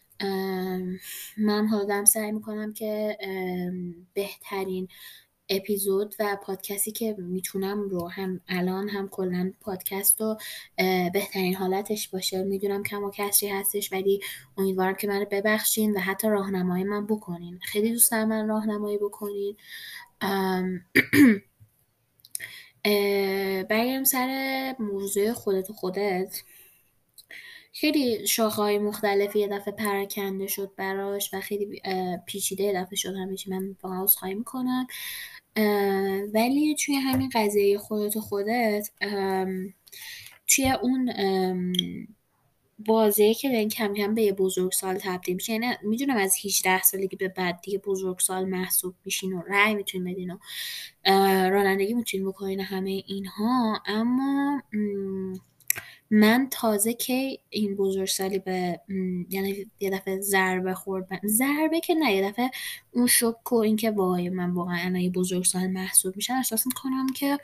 من حالا دارم سعی میکنم که بهترین اپیزود و پادکستی که میتونم رو هم الان هم کلا پادکست رو بهترین حالتش باشه. میدونم کم و کسری هستش ولی امیدوارم که منو ببخشین و حتی راهنمایی من بکنین. خیلی دوست دارم من راهنمایی بکنین. برگردم سر موضوع خودت و خودت. خیلی شاخه‌های مختلفی یه دفعه پراکنده شد براش و خیلی پیچیده یه دفعه شد همه چی. من واقعا عذرخواهی میکنم. ولی توی همین قضیه خودت و خودت، توی اون بازه که این کم کم به یه بزرگسال تبدیل میشه، یعنی میدونم از 18 سالگی به بعد دیگه بزرگسال محسوب میشین و رأی میتونین بدین و رانندگی میتونین بکنین همه اینها، اما من تازه که این بزرگسالی به یعنی یه دفعه ضربه خورد، ضربه که نه، یه دفعه اون شوک و این که وای من واقعا الان یه بزرگسال محسوب میشم، احساس میکنم که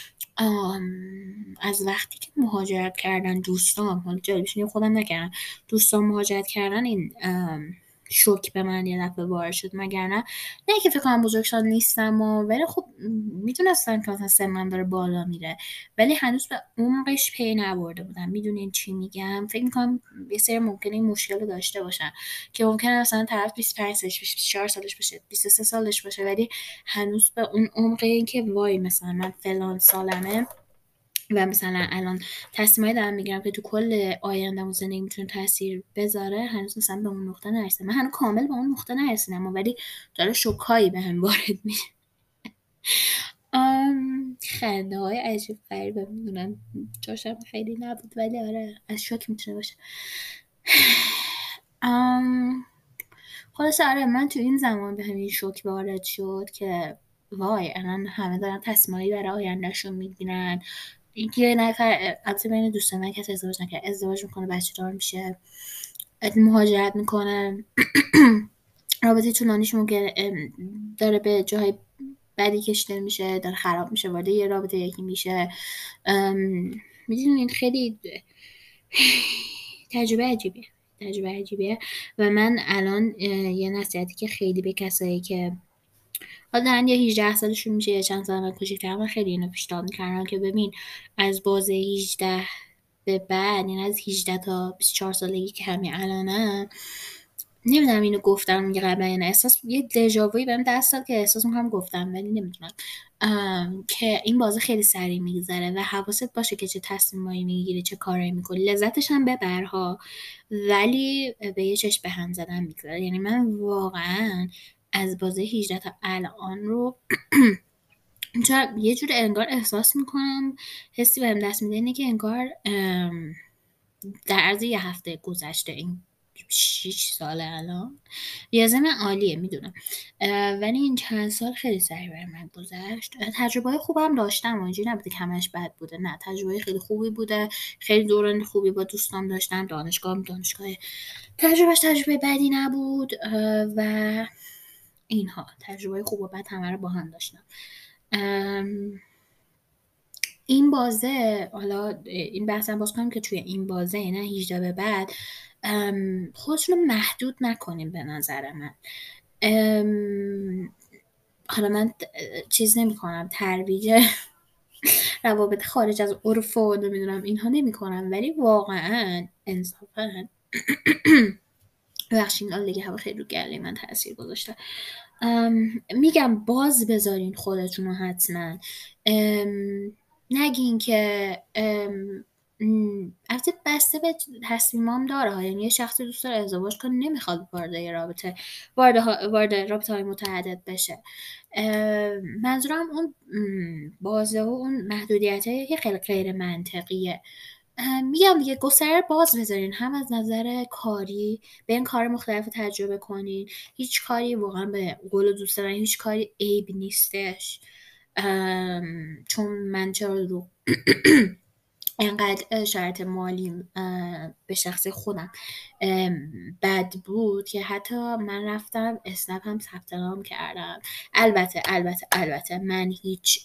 از وقتی که مهاجرت کردن دوستان، حالا جالبش خودم نکردم، دوستان مهاجرت کردن، این شوک به من یه دفعه وارد شد. مگر نه که فکر کنم بزرگسال نیستم ولی خب میدونستم که مثلا سنم داره بالا میره، ولی هنوز به عمقش پی نبرده بودم. میدونین چی میگم؟ فکر میکنم یه سری ممکنه این مشکل رو داشته باشن که ممکنه مثلا طرف 25 سالش باشه، 24 سالش باشه، 23 سالش باشه، ولی هنوز به اون عمق این که وای مثلا من فلان سالمه و مثلا الان تصمیمایی دارم میگیرم که تو کل آیندم و زندگی میتونه تاثیر بذاره، هنوز مثلا به اون نقطه نرسیدم. من هنوز کامل به اون نقطه نرسیدم ولی داره شوکایی به هم وارد میشه. خنده های عجیب غریبه، میدونم جاشم خیلی نبود ولی آره از شوک میتونه باشه. خلاصه آره من تو این زمان به همین شوک وارد شد که وای الان همه دارن تصمیمایی برای آیندهشون میگیرن. یه نفر البته بین دوست من کسی ازدواج نکرد، ازدواج میکنه، بچه دار میشه، مهاجرت میکنه، رابطه طولانیش ممکنه داره به جای بدی کشیده میشه، داره خراب میشه، وارد یه رابطه یکی میشه. میدونین خیلی تجربه عجیبیه و من الان یه نصیحتی که خیلی به کسایی که حالا دارن یه 18 سالشون میشه یا چند سال کوچیک‌تر، من خیلی اینو پیشنهاد می‌کردم که ببین از بازه 18 به بعد، یعنی از 18 تا 24 سالگی که همین الانم، نمیدونم اینو گفتم میگه قبلا یا نه، احساس یه دژاوویی بهم دست داد که احساس میکنم گفتم ولی نمیدونم، که این بازه خیلی سریع میگذره و حواست باشه که چه تصمیمایی میگیری، چه کارایی میکنی، لذتش هم ببرها ولی به یه چشم به هم زدن میگذره. یعنی من واقعا از بازه 18 تا الان رو یه جور انگار احساس میکنم، حسی بهم دست میده اینه که انگار در عرض یه هفته گذشته این 6 ساله الان. ریاضی من عالیه میدونم، ولی این چند سال خیلی سریع برای من گذشت. تجربه خوبم داشتم، اینجوری نبوده که همش بد بوده، نه تجربه خیلی خوبی بوده، خیلی دوران خوبی با دوستام داشتم، دانشگاه تجربهش تجربه بدی نبود، و اینها تجربه خوب و بد همه رو با هم داشتم. این بازه، حالا این بحثم باز کنیم که توی این بازه، نه 18 به بعد، خودتون رو محدود نکنیم به نظر من. حالا من چیز نمی کنم، ترویج روابط خارج از عرف و نمیدونم اینها نمی کنم، ولی واقعا انصافا بخشین دیگه هوا خیلی رو گله من تاثیر گذاشته. میگم باز بذارین خودتون رو حتما. نگین که البته بسته به تصمیمام داره ها، یعنی یه شخصی دوست داره ازدواج کنه، نمیخواد وارد یه رابطه وارد رابطه های متعدد بشه. منظورم اون بازه و اون محدودیت که خیلی غیر منطقیه. میگم دیگه گستره باز بذارین، هم از نظر کاری به این کار مختلف تجربه کنین. هیچ کاری واقعا به قول دوست من هیچ کاری عیب نیستش. چون من چرا رو انقدر شرط مالی به شخص خودم بد بود که حتی من رفتم اسنپ هم ثبت نام کردم. البته من هیچ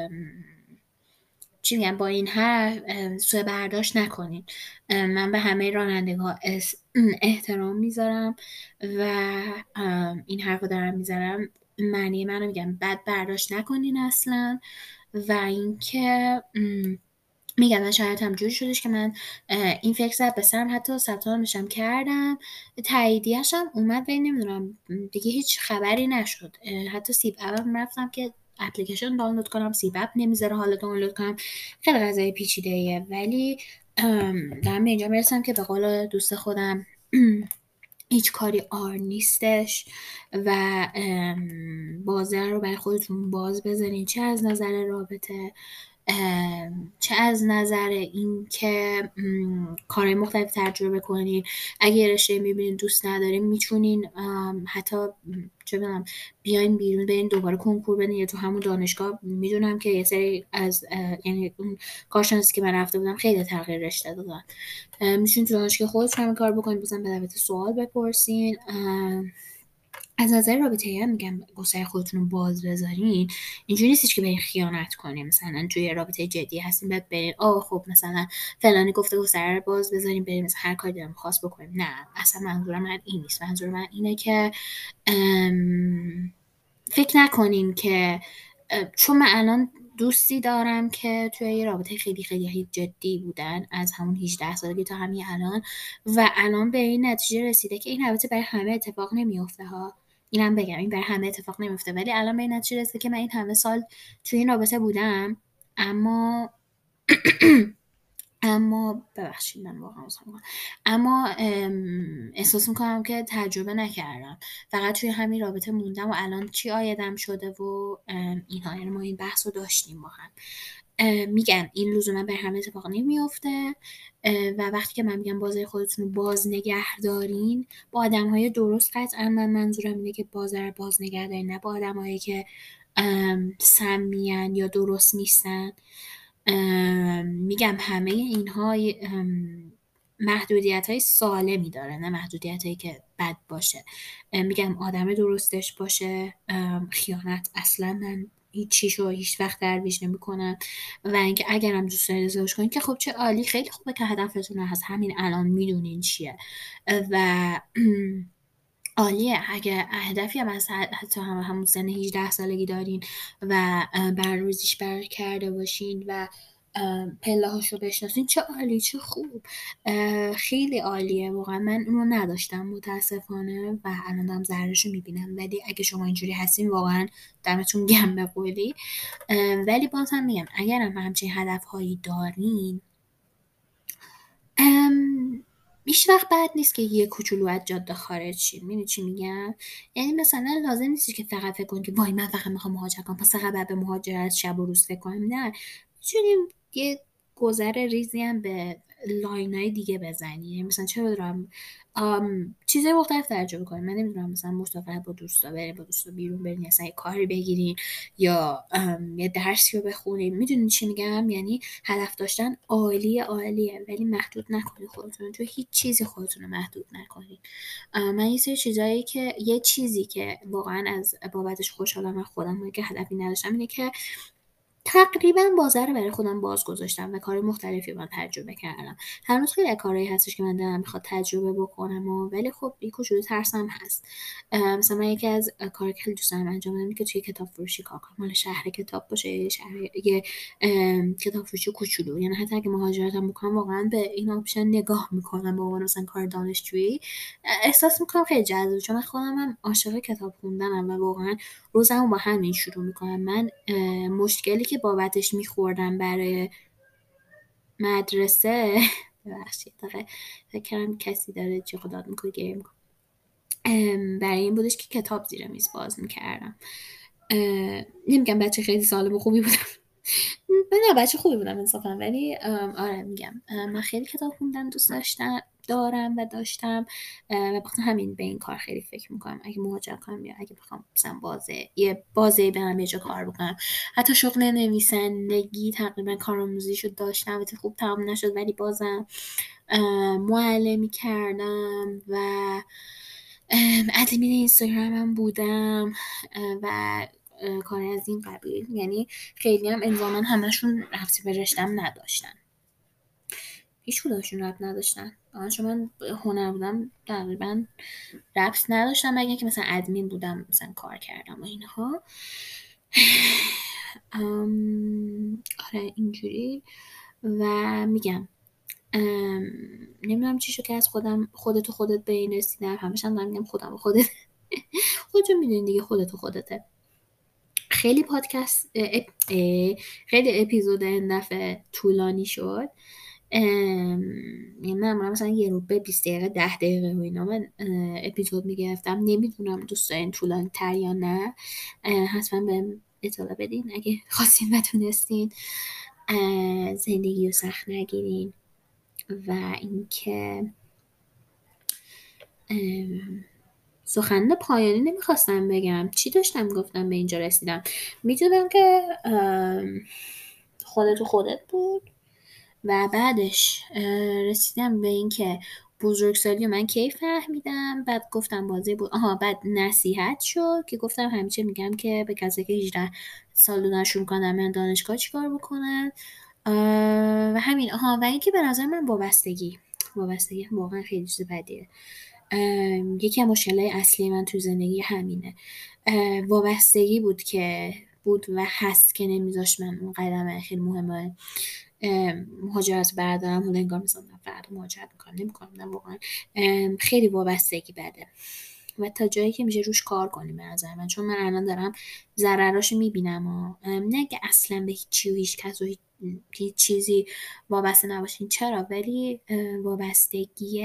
چی میگم، با این حرف سوء برداشت نکنین. من به همه رانندگان احترام میذارم و این حرف رو دارم میذارم، معنی منو میگم بد برداشت نکنین اصلا. و اینکه میگم من شاید هم جوری شدش که من این فکر زد به سرم، حتی ثبت نامشم کردم، تاییدیه‌ش هم اومد ولی نمیدونم دیگه هیچ خبری نشد. حتی سیب اپم رفتم که اپلیکیشن دانلود کنم، سیب اپ نمیذاره حالا دانلود کنم. خیلی قضیه پیچیده‌ایه، ولی دارم به اینجا میرسم که به قول دوست خودم هیچ کاری آر نیستش و بازه رو برای خودتون باز بزنین، چه از نظر رابطه، چه از نظر این که کارهای مختلف تجربه کنین. اگه یه رشته میبینین دوست ندارین، میتونین حتی چه بدونم بیاین بیرون برین دوباره کنکور بدین، یا تو همون دانشگاه میدونم که یه سری از یعنی اون کارشناسی که من رفته بودم خیلی تغییر رشته دادن. میتونین تو دانشگاه خودتون همین کار بکنین، بزن به رابطه سوال بپرسین. از نظر رابطه‌ای هم میگم گستره خودتون رو باز بذارین. اینجوری نیستش که برین خیانت کنین، مثلا توی رابطه جدی هستین بعد برین خب مثلا فلانی گفته گستره رو باز بذارین بریم مثلا هر کاری دلمون خواست بکنیم. نه اصلا منظورم من این نیست. منظور من اینه که فکر نکنین که چون من الان دوستی دارم که توی یه رابطه خیلی خیلی جدی بودن از همون 18 سالگی تا همین الان، و الان به این نتیجه رسیده که این رابطه برای همه اتفاق نمیفته ها. اینم بگم این برای همه اتفاق نمیفته، ولی الان به این نتیجه رسیده که من این همه سال توی این رابطه بودم، اما ببخشید من واقعا عذر می‌خوام، اما احساس میکنم که تجربه نکردم، فقط توی همین رابطه موندم و الان چی آیدم شده و اینها. یعنی ما این بحث رو داشتیم با هم. میگم این لزوما به همه اتفاق نمیفته و وقتی که من میگم بازار خودتون رو باز نگه دارین، با آدم‌های درست قطعا من منظورم اینه که بازار باز نگه دارین، نه با آدم‌هایی که سمیان یا درست نیستن. میگم همه اینها محدودیت های سالمی داره، نه محدودیت هایی که بد باشه. میگم آدم درستش باشه، خیانت اصلا من هیچیشو هیچ وقت ترویج نمی‌کنم. و اینکه اگرم دوست دارید ازدواج کنید که خب چه عالی، خیلی خوبه که هدفتون هست، همین الان میدونین چیه و عالیه. اگه هدفی هم از حتی همون سن 18 سالگی دارین و برروزیش کرده باشین و پله هاشو بشناسین، چه عالی، چه خوب، خیلی عالیه. واقعا من اونو نداشتم متاسفانه و الان دارم ضررشو میبینم، ولی اگه شما اینجوری هستین واقعا دمتون گرم به قولی. ولی باز هم میگم اگرم همچین هدفهایی دارین، هیچ وقت بد نیست که یه کوچولو از جاده خارج شین. می‌دونی چی میگم؟ یعنی مثلا لازم نیست که فقط فکر کنی که وای من فقط میخوام مهاجرت کنم پس فقط بعد به مهاجرت شب و روز فکر کنم. نه، میتونیم یه گذر ریزی هم به لاینای دیگه بزنی. یعنی مثلا چه بدونم چیزای مختلف تجربه کنین. من نمیدونم مثلا مسافرت با دوستا برین، با دوستا بیرون برین، مثلا یه کاری بگیرین یا یه درسی رو بخونین. میدونین چی میگم؟ یعنی هدف داشتن عالیه ولی محدود نکنین خودتون، تو هیچ چیزی خودتون رو محدود نکنین. من یه سری چیزایی که یه چیزی که واقعا از بابتش خوشحالم من خودم که هدفی نداشتم اینه که تقریبا بازار رو برای خودم باز گذاشتم و کار مختلفی من تجربه کردم. هنوز خیلی کارهایی هستش که من دلم میخواد تجربه بکنم ولی خب یه کوچولو ترسم هست. مثلا من یکی از کار که خیلی دوست دارم انجام بدم اینه که توی کتاب فروشی کار کنم، مال شهر کتاب باشه، یه کتاب فروشی کوچولو. یعنی حتی اگه مهاجرتم بکنم واقعا به این آپشن نگاه میکنم به عنوان مثلا کار دانشجویی. احساس میکنم خیلی جذابه چون من خودم هم عاشق کتاب خوندنم و واقعا روزمو با همین شروع میکنم. من مشکلی که بابتش میخوردم برای مدرسه ببخشید دقیقه فکر کردم کسی داره جیغ و داد میکنه گریه میکنه، برای این بودش که کتاب زیر میز باز میکردم. نمیگم بچه خیلی سالم و خوبی بودم من نه بچه خوبی بودم انصافا، ولی آره میگم من خیلی کتاب خوندن دوست دارم و داشتم و بخاطر همین به این کار خیلی فکر میکنم اگه مهاجرت کنم یا اگه بخوام مثلا یه بازه برم یه جا کار بکنم. حتی شغل نویسندگی تقریبا کارآموزیشو داشتم، البته خوب تمام نشد ولی بازم معلمی کردم و ادمین اینستاگرامم بودم و کاری از این قبیل. یعنی خیلی هم الزاما همشون ربطی به رشتم نداشتن، هیچ کدومشون ربط نداشتن. چون من هنر بودم تقریبا ربط نداشتم مگه که مثلا ادمین بودم مثلا کار کردم و اینها. آره اینجوری و میگم نمیدونم چی شد که از خودت به این رسیدم. همش هم دارم میگم خودم و خودت خودتون میدونین دیگه، خودته. خیلی پادکست خیلی اپیزود این دفعه طولانی شد. یعنی من مثلا یه رو به 20 دقیقه 10 دقیقه و اینا من اپیزود میگرفتم. نمیدونم دوست دارین طولانی تر یا نه، حتما بهم اطلاع بدین اگه خواستین و تونستین. زندگی رو سخت نگیرین و اینکه سخن پایانی نمیخواستم بگم، چی داشتم گفتم به اینجا رسیدم. میدونم که خودت بود و بعدش رسیدم به این که بزرگسالی من کی فهمیدم. بعد گفتم بازی بود. بعد نصیحت شد که گفتم همیشه میگم که به کسی که 18 سال دونشون کنم من دانشگاه چیکار بکنن و همین. و اینکه به نظر من وابستگی واقعا خیلی چیز بدیه. یکی از مشکلات اصلی من تو زندگی همینه. وابستگی بود و هست که نمیذاش من اون قدم خیلی مهمه مهاجرت بردارم. حالا انگار مثلا فردا مهاجرت نمیکنم نه واقعا خیلی وابستگی بده و تا جایی که میشه روش کار کنیم به نظر من. چون من الان دارم ضرراشو میبینم نه که اصلا به هیچی و هیچ کس و هیچ چیزی وابسته نباشین، چرا، ولی وابستگی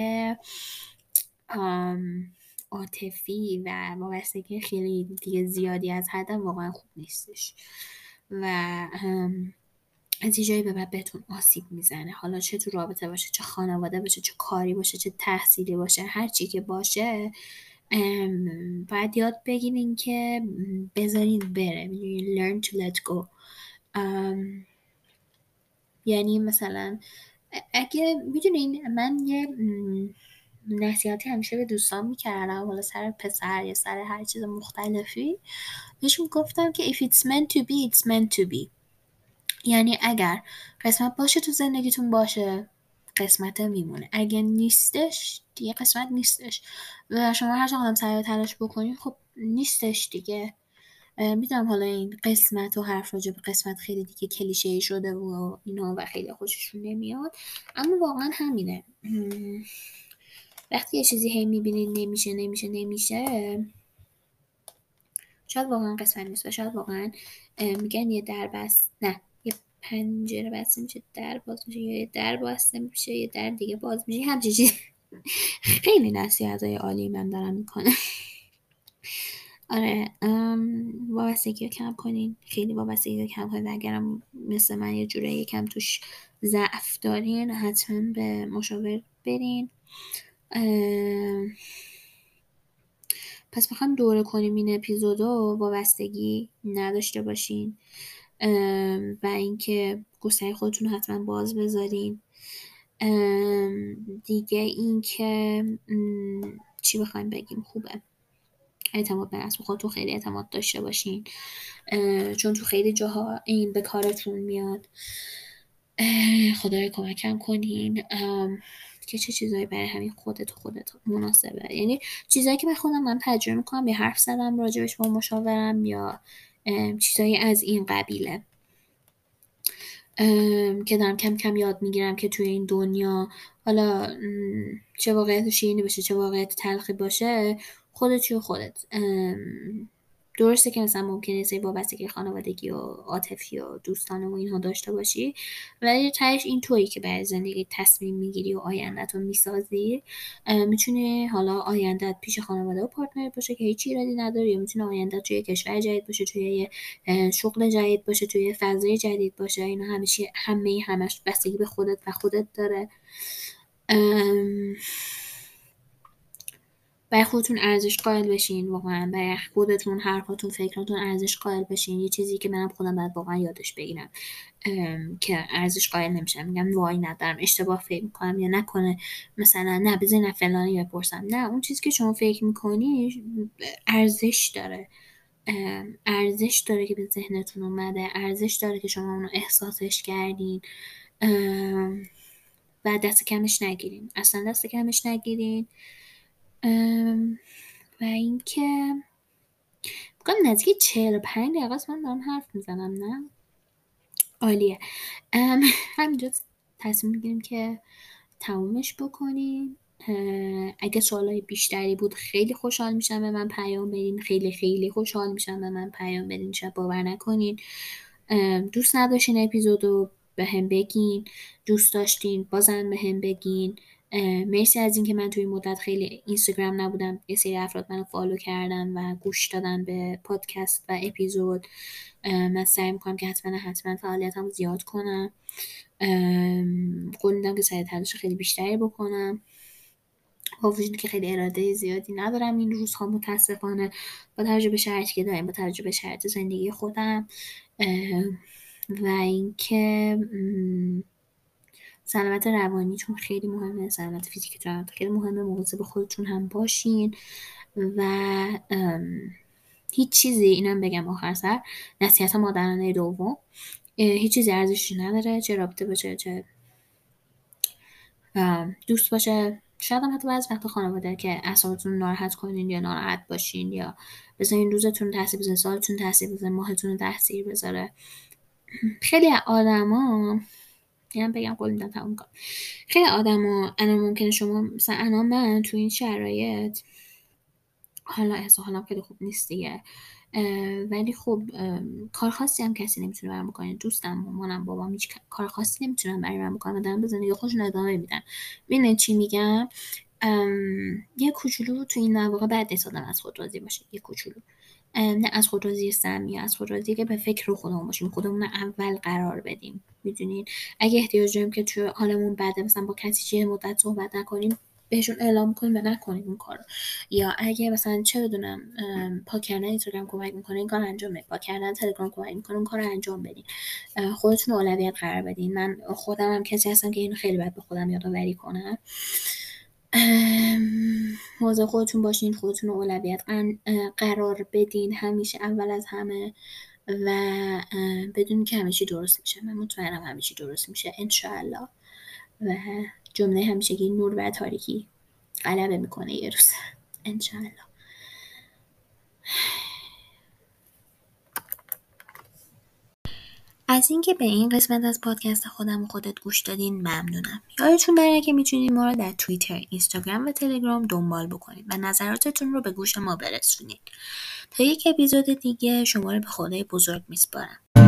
عاطفی و وابستگی خیلی دیگه زیادی از حد واقعا خوب نیستش و از یه جایی به بعد بهتون آسیب میزنه. حالا چه تو رابطه باشه، چه خانواده باشه، چه کاری باشه، چه تحصیلی باشه، هر چی که باشه باید یاد بگیرین که بذارین بره. learn to let go. یعنی مثلا اگه میدونین من یه نصیحتی همیشه به دوستان میکردم، حالا سر پسر یا سر هر چیز مختلفی، بهشون گفتم که if it's meant to be it's meant to be. یعنی اگر قسمت باشه تو زندگیتون باشه، قسمت میمونه. اگه نیستش دیگه قسمت نیستش و شما هر چقدر سعی و تلاش بکنید خب نیستش دیگه. میدونم حالا این قسمت و حرف راجع به قسمت خیلی دیگه کلیشه‌ای شده و اینا و خیلی خوششون نمیاد، اما واقعا همینه. وقتی یه چیزی هی میبینید نمیشه شاید واقعا قسمت نیست و شاید واقعا میگن یه در بست، نه یه پنجره بسته میشه در باز میشه، یا یه در بسته میشه یه در دیگه باز میشه، همچین چیزی. خیلی نصیحت‌های عالی من دارم میکنم. آره، وابستگی رو کم کنین، خیلی وابستگی رو کم کنین. اگرم مثل من یه جوره یکم توش ضعف دارین، حتما به مشاور برین. پس میخوام دوره کنیم این اپیزودو وابستگی نداشته باشین، و اینکه گوشه خودتون رو حتما باز بذارین. دیگه اینکه چی بخوایم بگیم خوبه، اعتماد به نفس خودتون خیلی اعتماد داشته باشین، چون تو خیلی جاها این به کارتون میاد. خدای کمکم کنین که چه چیزایی برای همین خودت مناسبه. یعنی چیزایی که من خودم تجربه میکنم، یا حرف زدم راجبش با مشاورم، یا چیزایی از این قبیله که دارم کم کم یاد میگیرم که توی این دنیا، حالا چه واقعیت شیرینی باشه چه واقعیت تلخی باشه، خودت درسته که مثلا ممکنه یه سری وابستگی خانوادگی و عاطفی و دوستانه و اینها داشته باشی، ولی تهش این تویی که برای زندگی تصمیم میگیری و آیندت رو میسازی. میتونه حالا آیندت پیش خانواده و پارتنر باشه که هیچ ایرادی نداره، یا میتونه آیندت توی کشور جدید باشه، توی یه شغل جدید باشه، توی یه فضای جدید باشه. اینا همش بستگی به خودت داره. برای خودتون ارزش قائل بشین، واقعا برای خودتون، حرفاتون، فکراتون ارزش قائل بشین. یه چیزی که منم خودم باید واقعا یادش بگیرم که ارزش قائل نمیشم، میگم وای ندارم اشتباه فکر میکنم، یا نکنه مثلا نه بزن فلانی بپرسم. نه، اون چیزی که شما فکر میکنی ارزش داره، ارزش داره که به ذهنتون اومده، ارزش داره که شما اونو احساسش کردین، و دست کمش نگیرین، اصلا دست کمش نگیرین. و اینکه بگم نزدیک 45 دقیقه است من دارم حرف میزنم، نه؟ عالیه. همینجا تصمیم میگیریم که تمومش بکنیم. اگه سوالای بیشتری بود خیلی خوشحال میشم به من پیام بدین، خیلی خیلی خوشحال میشم به من پیام بدین. شاید باور نکنین دوست نداشتین اپیزودو به هم بگین، دوست داشتین بازم به هم بگین. مرسی از اینکه من توی مدت خیلی اینستاگرام نبودم، یه سری افراد منو فالو کردن و گوش دادن به پادکست و اپیزود. من سعی میکنم که حتما فعالیتم زیاد کنم. قول میدم که سعی تلاش خیلی بیشتری بکنم، با وجودی که خیلی اراده زیادی ندارم این روزها متاسفانه، با توجه به شرایطی که داریم، با توجه به شرایط زندگی خودم. و اینکه سلامت روانیتون خیلی مهمه، سلامت فیزیکتون خیلی مهمه. مواظب خودتون هم باشین و هیچ چیزی، اینم بگم آخر سر، نصیحت مادرانه دوم، هیچ چیزی ارزشی نداره، چه رابطه باشه چه دوست باشه. شاید هم حتی بعضی وقت خانواده که اعصابتون ناراحت کنین یا ناراحت باشین، یا بذارین روزتون تاثیر بذاره، سالتون تاثیر بذاره، ماهتون تاثیر بذاره. خیلی آدما، یعنی بگم قول میدم تموم کنم، خیلی آدما الان ممکنه شما مثلا الان من تو این شرایط حالا حالم خیلی خوب نیست دیگه، ولی خب کار خاصی هم کسی نمیتونه برام بکنه. دوستم، مامانم، بابام هیچ کار خاصی نمیتونن برای من بکنن و دارن به زندگی خودشون ادامه میدن. ببینید چی میگم، یه کوچولو تو این مواقع بعد نیست آدم از خود راضی باشه. یه کوچولو، نه از خود راضی سمی، از خود راضی که به فکر خودمون باشیم، خودمون اول قرار بدیم. میدونین اگه احتیاج داریم که تو حالمون بده مثلا با کسی چه مدت صحبت نکنیم، بهشون اعلام کنیم و نکنیم اون کارو. یا اگه مثلا چه بدونم پاک کردن اینستاگرام کمک میکنه این کار انجام بدین، پاک کردن تلگرام کمک میکنه اون کار انجام بدین. خودتون رو اولویت قرار بدین. من خودم هم کسی هستم که اینو خیلی باید به خودم یادآوری کنم. مواظب خودتون باشین، خودتون رو اولویت قرار بدین همیشه، اول از همه، و بدونین که همه چی درست میشه. من مطمئنم همه چی درست میشه انشاءالله. و جمله همیشگی نور بر تاریکی غلبه میکنه یه روز انشاءالله. از اینکه به این قسمت از پادکست خودم و خودت گوش دادین ممنونم. یادتون نره که میتونید ما رو در توییتر، اینستاگرام و تلگرام دنبال بکنید و نظراتتون رو به گوش ما برسونید. تا یک اپیزود دیگه شما رو به خدای بزرگ میسپارم.